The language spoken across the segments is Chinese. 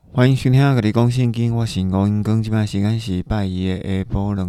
欢迎收听《甲你讲圣经》，我是吴英光，即摆时间是拜二的下晡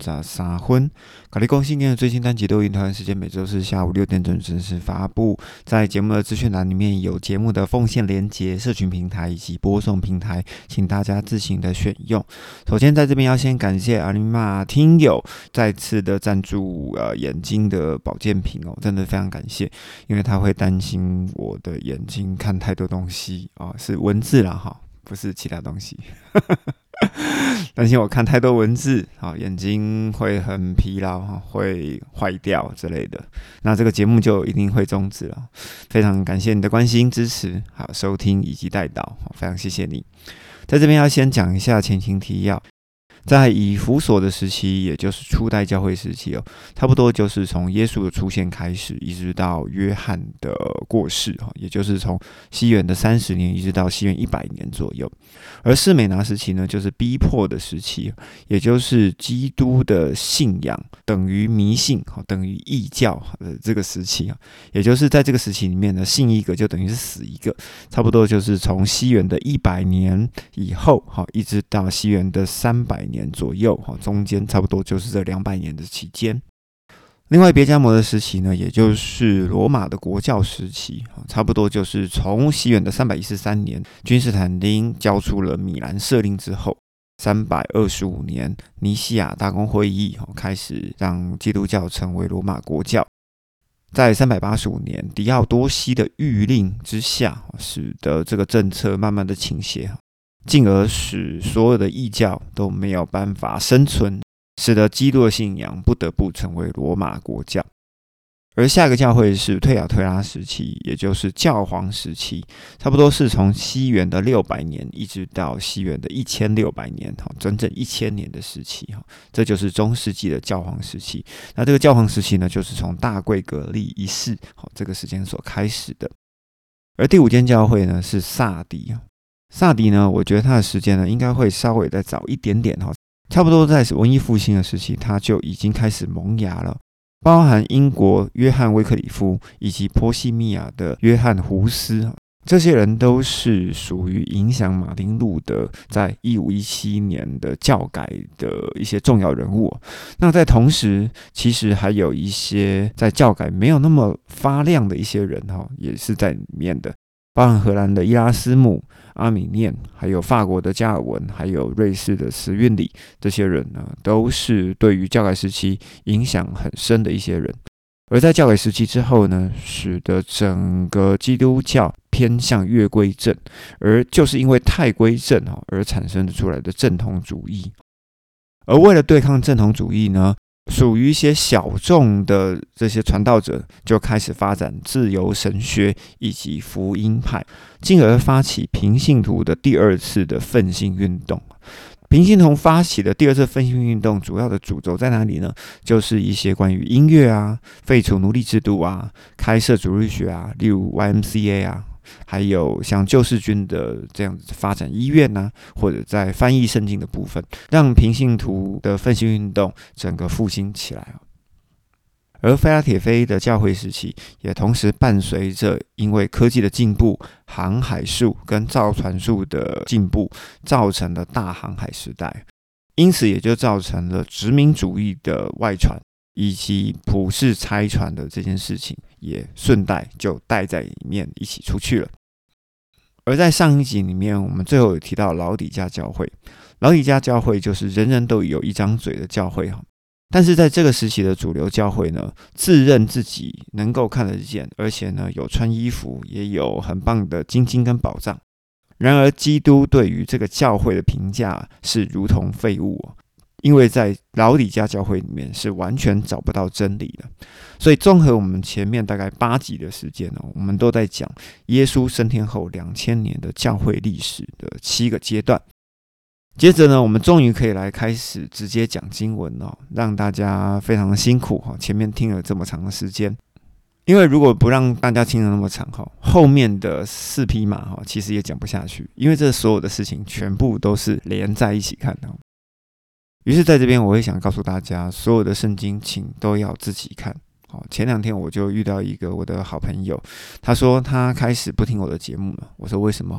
2:13。甲你讲圣经的最新单集录音台湾时间每周四下午6点准时发布。在节目的资讯栏里面有节目的奉献连结、社群平台以及播送平台，请大家自行的选用。首先在这边要先感谢阿尼玛听友再次的赞助眼睛的保健品哦，真的非常感谢，因为他会担心我的眼睛看太多东西哦，是文字啦哈。不是其他东西，担心我看太多文字，眼睛会很疲劳，会坏掉之类的。那这个节目就一定会终止了。非常感谢你的关心、支持、收听以及带导，非常谢谢你。在这边要先讲一下前情提要。在以弗所的时期，也就是初代教会时期差不多就是从耶稣的出现开始，一直到约翰的过世，也就是从西元的30年一直到西元100年左右。而士美拿时期呢，就是逼迫的时期，也就是基督的信仰等于迷信，等于异教的这个时期，也就是在这个时期里面呢，信一个就等于是死一个，差不多就是从西元的100年以后，一直到西元的300年左右，中间差不多就是这200年的期间。另外别迦摩的时期呢，也就是罗马的国教时期，差不多就是从西元的313年君士坦丁交出了米兰社令之后，325年尼西亚大公会议开始让基督教成为罗马国教。在385年狄奥多西的谕令之下，使得这个政策慢慢的倾斜，进而使所有的异教都没有办法生存，使得基督的信仰不得不成为罗马国教。而下一个教会是推亚推拉时期，也就是教皇时期，差不多是从西元的600年一直到西元的1600年，整整1000年的时期，这就是中世纪的教皇时期。那这个教皇时期呢，就是从大贵格利一世这个时间所开始的。而第5间教会呢是萨迪。萨迪呢，我觉得他的时间呢应该会稍微再早一点点，差不多在文艺复兴的时期，他就已经开始萌芽了。包含英国约翰威克里夫以及波西米亚的约翰胡斯，这些人都是属于影响马丁路德在1517年的教改的一些重要人物。那在同时，其实还有一些在教改没有那么发亮的一些人也是在里面的，包含荷兰的伊拉斯姆、阿米念，还有法国的加尔文，还有瑞士的时运里，这些人呢，都是对于教改时期影响很深的一些人。而在教改时期之后呢，使得整个基督教偏向越归正，而就是因为太归正而产生出来的正统主义。而为了对抗正统主义呢，属于一些小众的这些传道者就开始发展自由神学以及福音派，进而发起平信徒的第2次的奋兴运动。平信徒发起的第2次奋兴运动主要的主轴在哪里呢？就是一些关于音乐啊、废除奴隶制度啊、开设主日学啊，例如 YMCA 啊，还有像救世军的这样子发展医院啊，或者在翻译圣经的部分，让平信徒的奋兴运动整个复兴起来。而菲拉铁菲的教会时期也同时伴随着因为科技的进步、航海术跟造船术的进步，造成了大航海时代，因此也就造成了殖民主义的外传以及普世拆船的这件事情，也顺带就带在里面一起出去了。而在上一集里面，我们最后有提到老底嘉教会。老底嘉教会就是人人都有一张嘴的教会，但是在这个时期的主流教会呢，自认自己能够看得见，而且呢有穿衣服，也有很棒的金金跟宝藏。然而基督对于这个教会的评价是如同废物，因为在老底嘉教会里面是完全找不到真理的。所以综合我们前面大概8集的时间，我们都在讲耶稣升天后2000年的教会历史的7个阶段。接着呢，我们终于可以来开始直接讲经文让大家非常的辛苦前面听了这么长的时间。因为如果不让大家听得那么长后面的4匹马其实也讲不下去，因为这所有的事情全部都是连在一起看的。于是在这边我会想告诉大家，所有的圣经请都要自己看。前2天我就遇到一个我的好朋友，他说他开始不听我的节目了。我说为什么？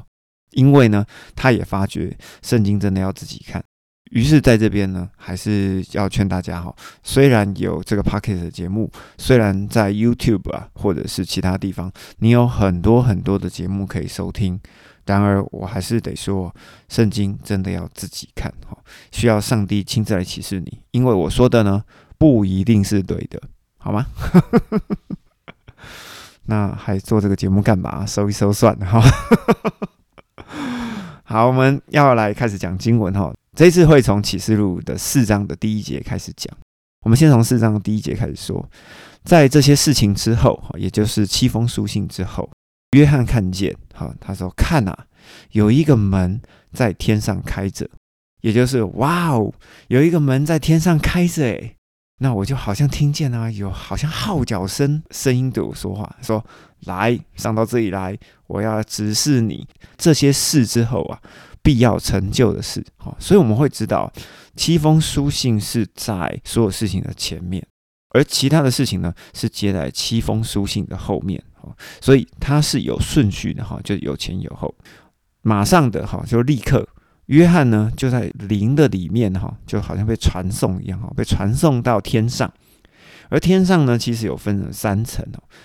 因为呢，他也发觉圣经真的要自己看。于是在这边呢，还是要劝大家哈，虽然有这个 Podcast 的节目，虽然在 YouTube 啊或者是其他地方，你有很多很多的节目可以收听，然而我还是得说，圣经真的要自己看哈，需要上帝亲自来启示你，因为我说的呢不一定是对的，好吗？那还做这个节目干嘛？收一收算了哈。好，我们要来开始讲经文哈。这一次会从启示录的4章的第1节开始讲。我们先从4章的第1节开始说，在这些事情之后，也就是7封书信之后，约翰看见，他说：“看啊，有一个门在天上开着。”也就是哇哦，有一个门在天上开着诶。那我就好像听见啊，有好像号角声音对我说话，说：“来，上到这里来，我要指示你这些事之后啊，必要成就的事。”所以我们会知道7封书信是在所有事情的前面，而其他的事情呢是接在7封书信的后面，所以它是有顺序的，就有前有后。马上的就立刻，约翰呢就在灵的里面，就好像被传送一样，被传送到天上。而天上呢其实有分成3层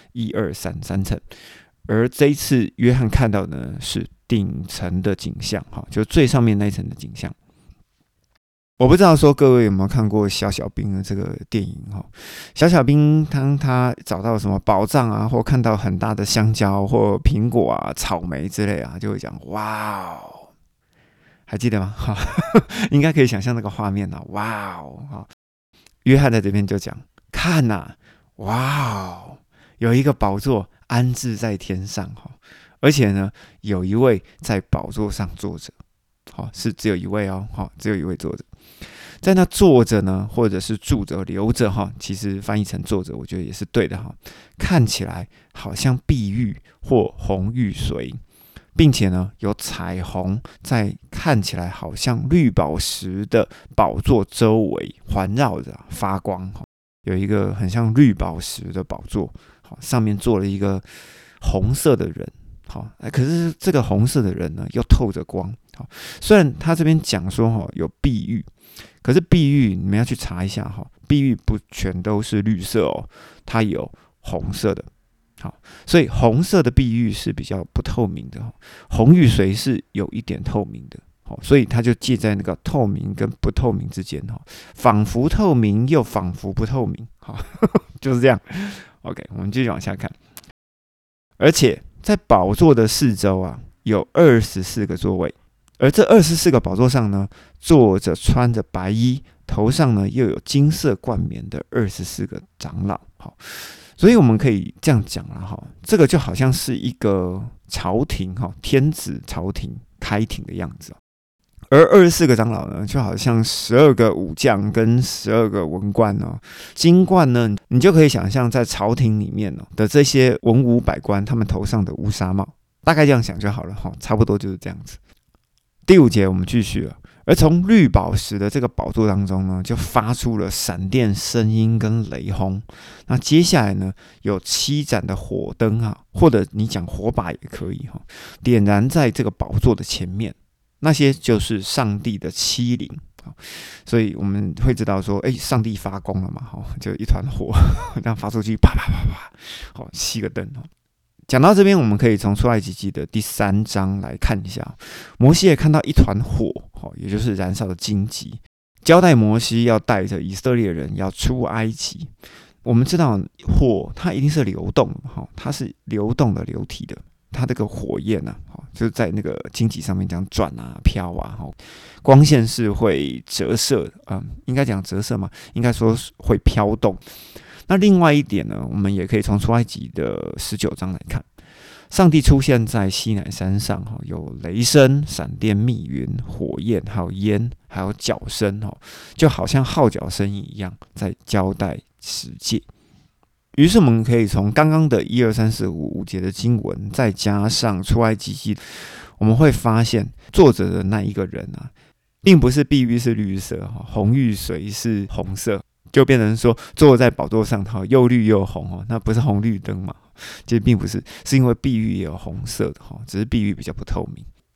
，1、2、3层。而这一次约翰看到的呢是顶层的景象，就最上面那一层的景象。我不知道说各位有没有看过小小兵的这个电影，小小兵当他找到什么宝藏啊，或看到很大的香蕉或苹果啊、草莓之类啊，就会讲哇哦，还记得吗？应该可以想象那个画面啊，哇哦！约翰在这边就讲，看啊，哇哦，有一个宝座安置在天上，而且呢，有一位在宝座上坐着，是只有一位哦，只有一位坐着。在那坐着呢，或者是住着、留着，其实翻译成坐着，我觉得也是对的，看起来好像碧玉或红玉髓，并且呢有彩虹在看起来好像绿宝石的宝座周围环绕着发光，有一个很像绿宝石的宝座，上面坐了一个红色的人，可是这个红色的人呢又透着光。虽然他这边讲说有碧玉，可是碧玉你们要去查一下，碧玉不全都是绿色哦，它有红色的。所以红色的碧玉是比较不透明的，红玉髓是有一点透明的，所以它就介在那个透明跟不透明之间，仿佛透明又仿佛不透明，就是这样。OK， 我们继续往下看。而且在宝座的四周啊，有24个座位，而这24个宝座上呢，坐着穿着白衣，头上呢又有金色冠冕的24个长老。所以我们可以这样讲啦，这个就好像是一个朝廷，天子朝廷开庭的样子。而24个长老呢，就好像12个武将跟12个文官哦。金冠呢，你就可以想象在朝廷里面的这些文武百官，他们头上的乌纱帽，大概这样想就好了，差不多就是这样子。第5节我们继续了。而从绿宝石的这个宝座当中呢，就发出了闪电声音跟雷轰。那接下来呢，有7盏的火灯啊，或者你讲火把也可以，点燃在这个宝座的前面。那些就是上帝的7灵。所以我们会知道说，上帝发功了嘛，就一团火这样发出去，啪啪啪啪，7个灯。讲到这边，我们可以从出埃及记的第3章来看一下，摩西也看到一团火，也就是燃烧的荆棘，交代摩西要带着以色列人要出埃及。我们知道火它一定是流动的，它是流动的流体的，它这个火焰啊，就是在那个荆棘上面这样转啊飘啊，光线是会折射，应该讲折射嘛，应该说会飘动。那另外一点呢，我们也可以从出埃及的19章来看，上帝出现在西乃山上，有雷声、闪电、密云、火焰，还有烟，还有角声，就好像号角声音一样，在交代十诫。于是我们可以从刚刚的1、2、3、4、5节的经文，再加上出埃及记，我们会发现作者的那一个人啊，并不是碧玉是绿色，红玉髓是红色。就变成说坐在宝座上又绿又红，那不是红绿灯嘛？其实并不是，是因为碧玉也有红色的，只是碧玉比较不透明。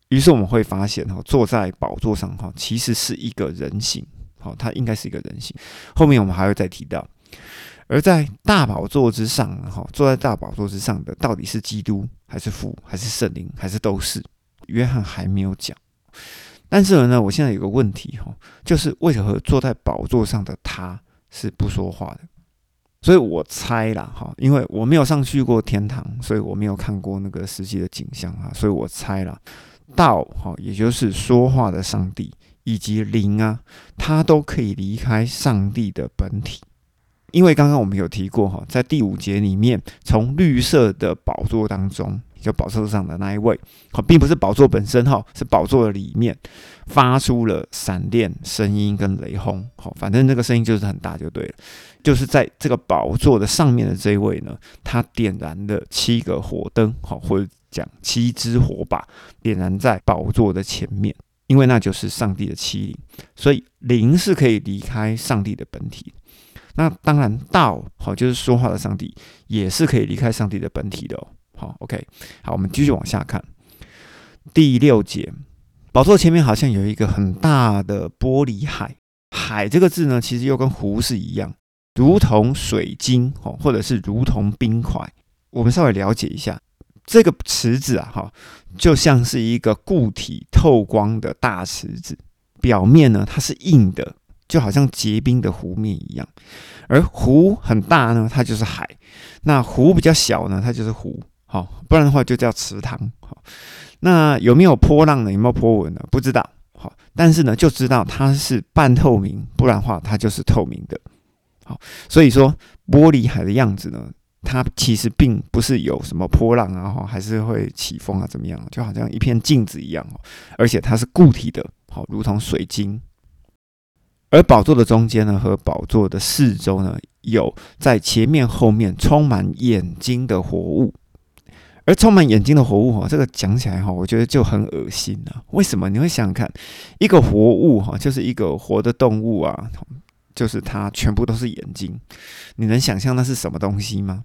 于是我们会发现坐在宝座上其实是一个人形，它应该是一个人形。后面我们还会再提到。而在大宝座之上，坐在大宝座之上的到底是基督，还是父，还是圣灵，还是都是？约翰还没有讲。但是呢，我现在有个问题，就是为何坐在宝座上的他是不说话的？所以我猜啦，因为我没有上去过天堂，所以我没有看过那个实际的景象啊，所以我猜啦，道也就是说话的上帝以及灵啊，它都可以离开上帝的本体。因为刚刚我们有提过，在第5节里面，从绿色的宝座当中，就宝座上的那一位，并不是宝座本身，是宝座的里面发出了闪电、声音跟雷轰，反正那个声音就是很大就对了。就是在这个宝座的上面的这一位呢，他点燃了7个火灯，或者讲7支火把，点燃在宝座的前面，因为那就是上帝的7灵，所以灵是可以离开上帝的本体。那当然道就是说话的上帝也是可以离开上帝的本体的OK， 好，我们继续往下看第6节，宝座前面好像有一个很大的玻璃海，海这个字呢，其实又跟湖是一样，如同水晶或者是如同冰块。我们稍微了解一下，这个池子啊，就像是一个固体透光的大池子，表面呢它是硬的，就好像结冰的湖面一样。而湖很大呢，它就是海；那湖比较小呢，它就是湖。不然的话就叫池塘。那有没有波浪呢？有没有波纹呢？不知道。但是呢，就知道它是半透明，不然的话它就是透明的。所以说玻璃海的样子呢，它其实并不是有什么波浪啊，还是会起风啊，怎么样？就好像一片镜子一样，而且它是固体的，如同水晶。而宝座的中间呢，和宝座的四周呢，有在前面后面充满眼睛的活物。而充满眼睛的活物，这个讲起来我觉得就很恶心啊。为什么？你会想想看，一个活物就是一个活的动物啊，就是它全部都是眼睛，你能想象那是什么东西吗？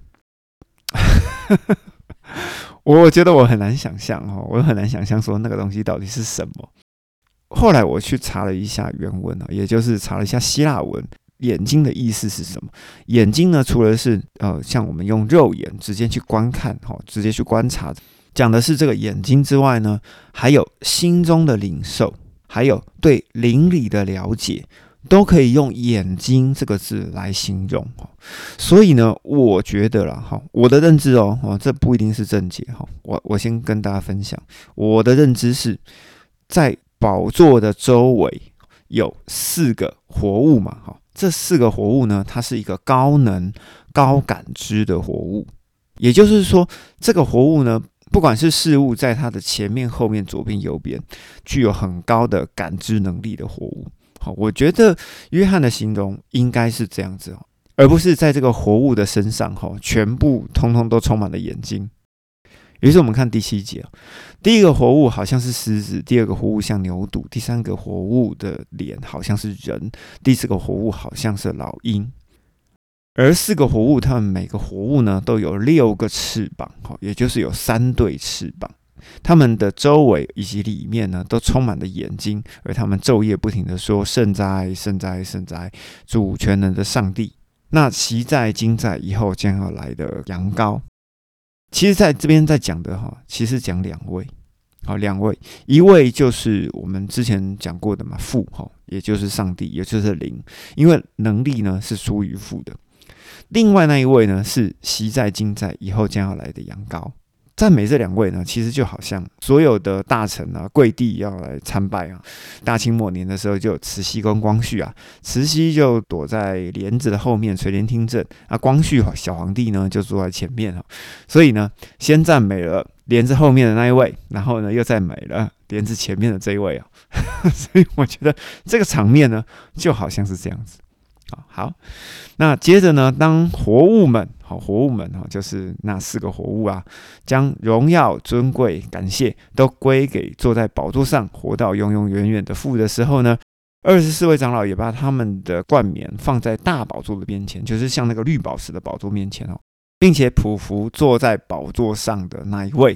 我觉得我很难想象，我很难想象说那个东西到底是什么。后来我去查了一下原文，也就是查了一下希腊文，眼睛的意思是什么？眼睛呢，除了是像我们用肉眼直接去观看，直接去观察，讲的是这个眼睛之外呢，还有心中的领受，还有对灵里的了解，都可以用眼睛这个字来形容。所以呢，我觉得啦，我的认知这不一定是正解，我先跟大家分享我的认知是，在宝座的周围有4个活物嘛，这4个活物呢，它是一个高能、高感知的活物。也就是说，这个活物呢，不管是事物在它的前面、后面、左边、右边，具有很高的感知能力的活物。我觉得约翰的形容应该是这样子，而不是在这个活物的身上全部通通都充满了眼睛。于是我们看第7节，第一个活物好像是狮子，第二个活物像牛犊，第3个活物的脸好像是人，第4个活物好像是老鹰。而4个活物，它们每个活物呢都有6个翅膀，也就是有3对翅膀。它们的周围以及里面呢，都充满了眼睛，而它们昼夜不停地说：“圣哉，圣哉，圣哉，主全能的上帝！那昔在、今在、以后将要来的羊羔。”其实在这边在讲的其实讲2位，2位，一位就是我们之前讲过的嘛，父，也就是上帝，也就是灵，因为能力呢是属于父的。另外那一位呢是昔在、今在、以后将要来的羊羔。赞美这2位呢，其实就好像所有的大臣啊、贵帝要来参拜啊。大清末年的时候，就有慈禧跟光绪啊，慈禧就躲在帘子的后面垂帘听政啊，光绪小皇帝呢就坐在前面。所以呢，先赞美了帘子后面的那一位，然后呢又赞美了帘子前面的这一位所以我觉得这个场面呢，就好像是这样子。好，那接着呢，当活物们就是那4个活物啊，将荣耀、尊贵、感谢都归给坐在宝座上活到永永远远的父的时候呢，24位长老也把他们的冠冕放在大宝座的面前，就是像那个绿宝石的宝座面前并且匍匐坐在宝座上的那一位。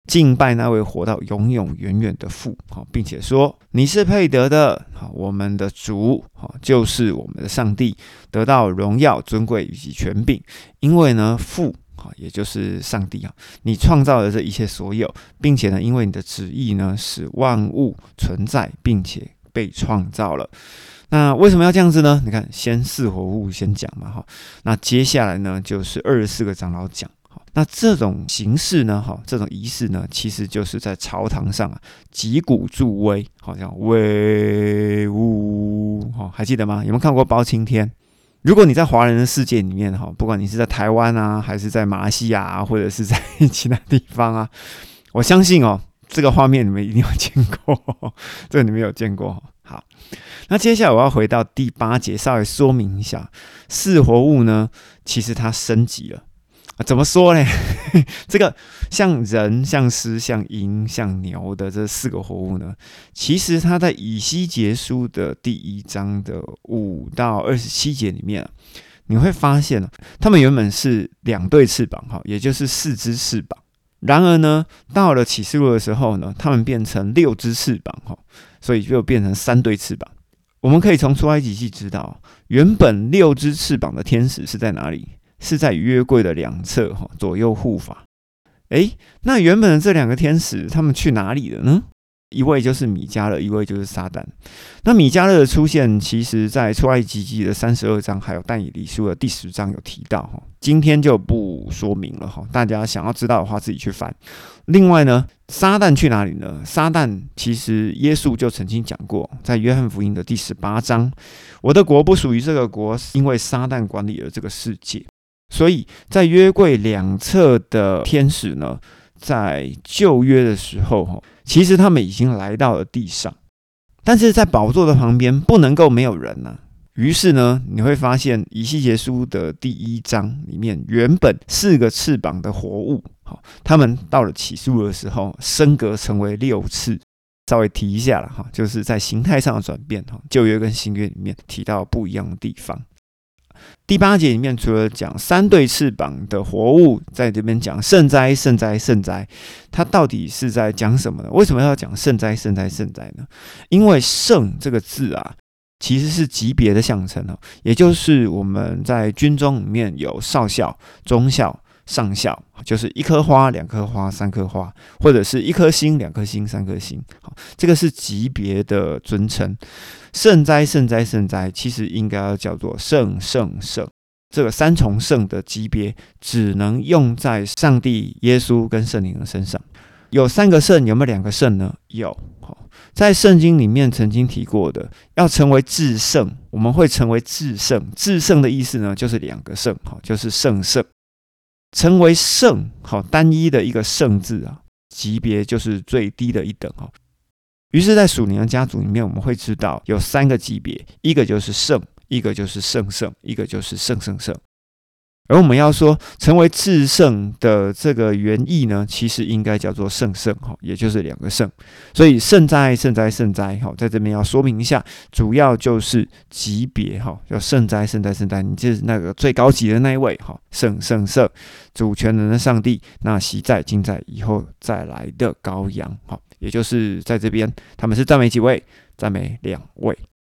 敬拜那位活到永永远远的父，并且说你是配得的，我们的主就是我们的上帝，得到荣耀、尊贵以及权柄，因为呢父也就是上帝你创造了这一切所有，并且呢因为你的旨意呢使万物存在，并且被创造了。那为什么要这样子呢？你看，先四活物先讲嘛，那接下来呢就是24个长老讲。那这种形式呢，这种仪式呢，其实就是在朝堂上击鼓助威，好像威武，还记得吗？有没有看过包青天？如果你在华人的世界里面，不管你是在台湾啊，还是在马来西亚或者是在其他地方啊，我相信这个画面你们一定有见过，这个你们有见过。好，那接下来我要回到第8节，稍微说明一下，四活物呢，其实它升级了。怎么说呢？这个像人、像狮、像鹰、像牛的这4个活物呢，其实它在以西结书的第1章的5到27节里面你会发现它们原本是2对翅膀，也就是4只翅膀。然而呢，到了启示录的时候呢，它们变成6只翅膀，所以就变成3对翅膀。我们可以从出埃及记知道，原本6只翅膀的天使是在哪里？是在约柜的2侧左右护法。那原本的这2个天使他们去哪里了呢？一位就是米迦勒，一位就是撒旦。那米迦勒的出现，其实在出埃及记的32章，还有但以理书的第10章有提到，今天就不说明了，大家想要知道的话自己去翻。另外呢，撒旦去哪里呢？撒旦其实耶稣就曾经讲过，在约翰福音的第18章，我的国不属于这个国，因为撒旦管理了这个世界。所以在约柜2侧的天使呢，在旧约的时候其实他们已经来到了地上，但是在宝座的旁边不能够没有人于是呢，你会发现以西结书的第1章里面，原本4个翅膀的活物，他们到了启示录的时候升格成为6翅。稍微提一下了就是在形态上的转变，旧约跟新约里面提到不一样的地方。第8节里面，除了讲3对翅膀的活物，在这边讲圣哉圣哉圣哉，它到底是在讲什么呢？为什么要讲圣哉圣哉圣哉呢？因为圣这个字其实是级别的象征也就是我们在军中里面有少校、中校、上校，就是1颗花、2颗花、3颗花，或者是1颗星、2颗星、3颗星，这个是级别的尊称。圣哉圣哉圣哉，其实应该要叫做圣圣圣。这个3重圣的级别只能用在上帝、耶稣跟圣灵的身上。有3个圣，有没有2个圣呢？有。在圣经里面曾经提过的，要成为至圣，我们会成为至圣。至圣的意思呢，就是2个圣，就是圣圣。成为圣，单一的一个圣字级别就是最低的一等于是，在属灵的家族里面，我们会知道有3个级别，一个就是圣，一个就是圣圣，一个就是圣圣圣。而我们要说成为至圣的这个原意呢，其实应该叫做圣圣，也就是2个圣。所以圣哉圣哉圣哉，在这边要说明一下，主要就是级别，叫圣哉圣哉圣哉，你就是那个最高级的那一位，圣圣圣，主权能的上帝，那昔在今在以后再来的羔羊，也就是在这边他们是赞美几位？赞美2位。